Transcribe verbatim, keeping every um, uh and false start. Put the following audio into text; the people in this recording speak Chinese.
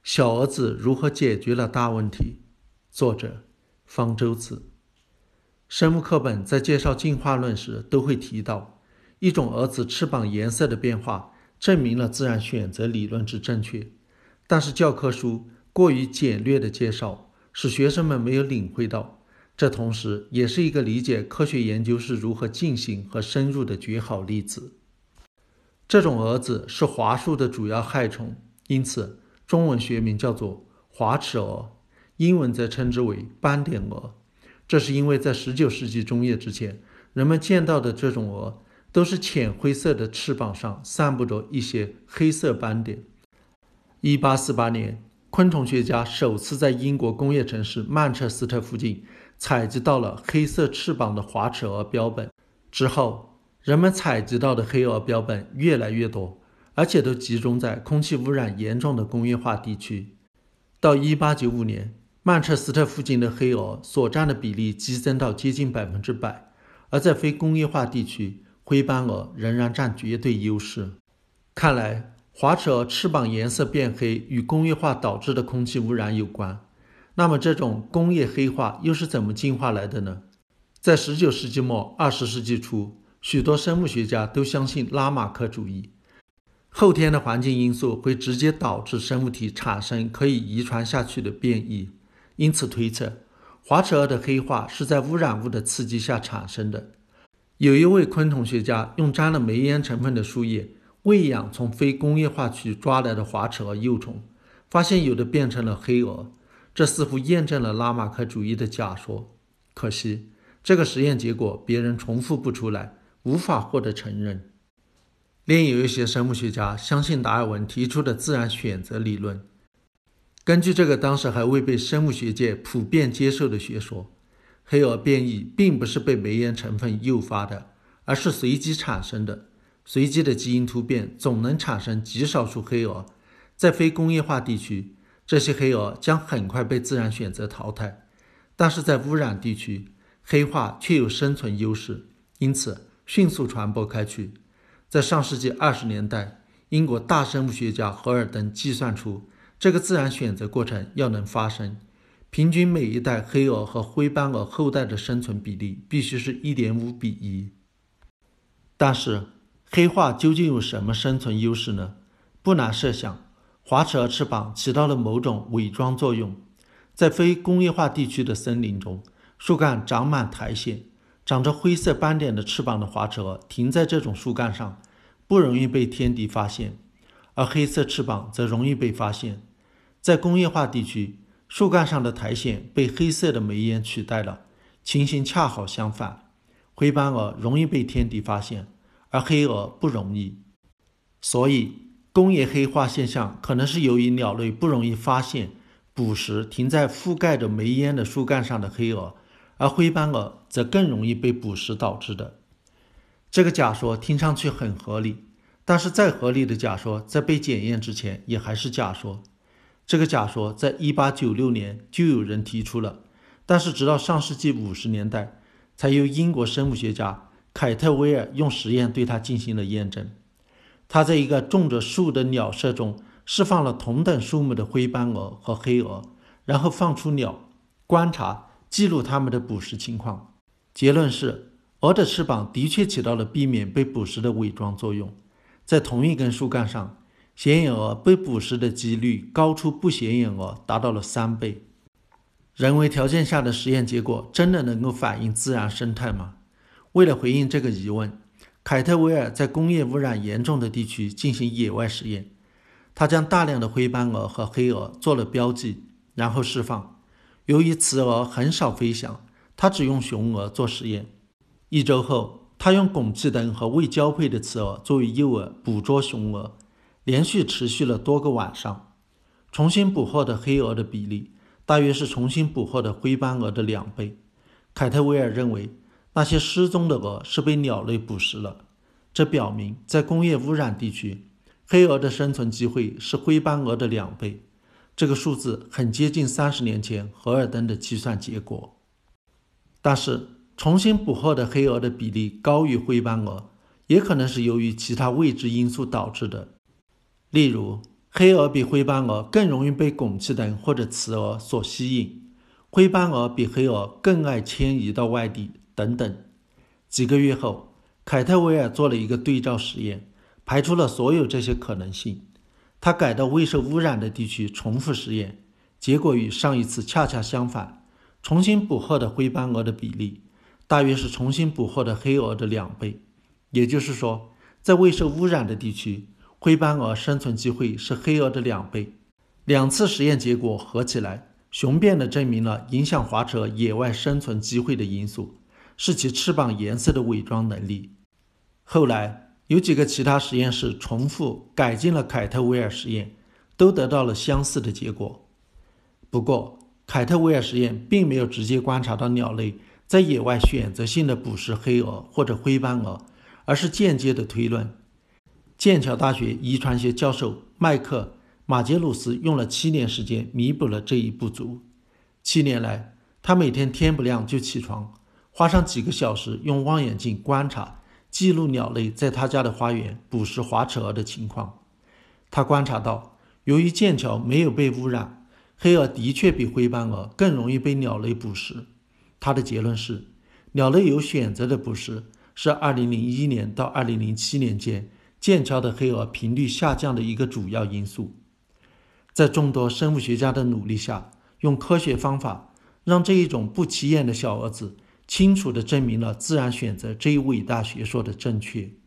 小儿子如何解决了大问题？作者方舟子。生物课本在介绍进化论时都会提到，一种蛾子翅膀颜色的变化证明了自然选择理论之正确，但是教科书过于简略的介绍，使学生们没有领会到，这同时也是一个理解科学研究是如何进行和深入的绝好例子。这种蛾子是桦树的主要害虫，因此中文学名叫做华齿蛾，英文则称之为斑点蛾。这是因为在十九世纪中叶之前，人们见到的这种蛾都是浅灰色的翅膀上散布着一些黑色斑点。一八四八年，昆虫学家首次在英国工业城市曼彻斯特附近采集到了黑色翅膀的华齿蛾标本。之后，人们采集到的黑蛾标本越来越多，而且都集中在空气污染严重的工业化地区。到一八九五年，曼彻斯特附近的黑蛾所占的比例激增到接近百分之百，而在非工业化地区，灰斑蛾仍然占绝对优势。看来，华齿蛾翅膀颜色变黑与工业化导致的空气污染有关。那么，这种工业黑化又是怎么进化来的呢？在十九世纪末、二十世纪初，许多生物学家都相信拉马克主义。后天的环境因素会直接导致生物体产生可以遗传下去的变异，因此推测华齿蛾的黑化是在污染物的刺激下产生的。有一位昆虫学家用沾了煤烟成分的树叶喂养从非工业化区抓来的华齿蛾幼虫，发现有的变成了黑蛾，这似乎验证了拉马克主义的假说。可惜这个实验结果别人重复不出来，无法获得承认。另有一些生物学家相信达尔文提出的自然选择理论。根据这个当时还未被生物学界普遍接受的学说，黑蛾变异并不是被煤烟成分诱发的，而是随机产生的。随机的基因突变总能产生极少数黑蛾，在非工业化地区，这些黑蛾将很快被自然选择淘汰，但是在污染地区，黑化却有生存优势，因此迅速传播开去。在上世纪二十年代，英国大生物学家荷尔登计算出，这个自然选择过程要能发生，平均每一代黑蛾和灰斑蛾后代的生存比例必须是 一点五比一。但是黑化究竟有什么生存优势呢？不难设想，华齿蛾翅膀起到了某种伪装作用。在非工业化地区的森林中，树干长满苔藓，长着灰色斑点的翅膀的华齿蛾停在这种树干上，不容易被天敌发现，而黑色翅膀则容易被发现。在工业化地区，树干上的苔藓被黑色的煤烟取代了，情形恰好相反，灰斑蛾容易被天敌发现，而黑蛾不容易。所以工业黑化现象可能是由于鸟类不容易发现捕食停在覆盖着煤烟的树干上的黑蛾，而灰斑蛾则更容易被捕食导致的。这个假说听上去很合理，但是再合理的假说在被检验之前也还是假说。这个假说在一八九六年就有人提出了，但是直到上世纪五十年代才由英国生物学家凯特威尔用实验对它进行了验证。他在一个种着树的鸟舍中释放了同等数目的灰斑蛾和黑蛾，然后放出鸟，观察记录它们的捕食情况。结论是，蛾的翅膀的确起到了避免被捕食的伪装作用。在同一根树干上，显眼蛾被捕食的几率高出不显眼蛾达到了三倍。人为条件下的实验结果真的能够反映自然生态吗？为了回应这个疑问，凯特威尔在工业污染严重的地区进行野外实验。他将大量的灰斑蛾和黑蛾做了标记，然后释放。由于雌蛾很少飞翔，他只用雄蛾做实验。一周后，他用汞气灯和未交配的雌蛾作为诱饵捕捉雄蛾，连续持续了多个晚上。重新捕获的黑蛾的比例大约是重新捕获的灰斑蛾的两倍。凯特威尔认为，那些失踪的蛾是被鸟类捕食了，这表明在工业污染地区，黑蛾的生存机会是灰斑蛾的两倍。这个数字很接近三十年前荷尔登的计算结果。但是重新捕获的黑蛾的比例高于灰斑蛾，也可能是由于其他未知因素导致的。例如， 黑蛾比灰斑蛾更容易被汞气灯或者磁蛾所吸引，灰斑蛾比黑蛾更爱迁移到外地等等。几个月后，凯特维尔做了一个对照实验，排除了所有这些可能性。他改到未受污染的地区重复实验，结果与上一次恰恰相反，重新捕获的灰斑蛾的比例大约是重新捕获的黑蛾的两倍。也就是说，在未受污染的地区，灰斑蛾生存机会是黑蛾的两倍。两次实验结果合起来，雄辩地证明了影响华扯蛾野外生存机会的因素是其翅膀颜色的伪装能力。后来有几个其他实验室重复改进了凯特维尔实验，都得到了相似的结果。不过凯特维尔实验并没有直接观察到鸟类在野外选择性的捕食黑蛾或者灰斑蛾，而是间接的推论。剑桥大学遗传学教授麦克马杰鲁斯用了七年时间弥补了这一不足。七年来，他每天天不亮就起床，花上几个小时用望远镜观察记录鸟类在他家的花园捕食华扯蛾的情况。他观察到，由于剑桥没有被污染，黑蛾的确比灰斑蛾更容易被鸟类捕食。他的结论是，鸟类有选择的捕食是二零零一年到二零零七年间剑桥的黑蛾频率下降的一个主要因素。在众多生物学家的努力下，用科学方法让这一种不起眼的小蛾子清楚地证明了自然选择这一伟大学说的正确。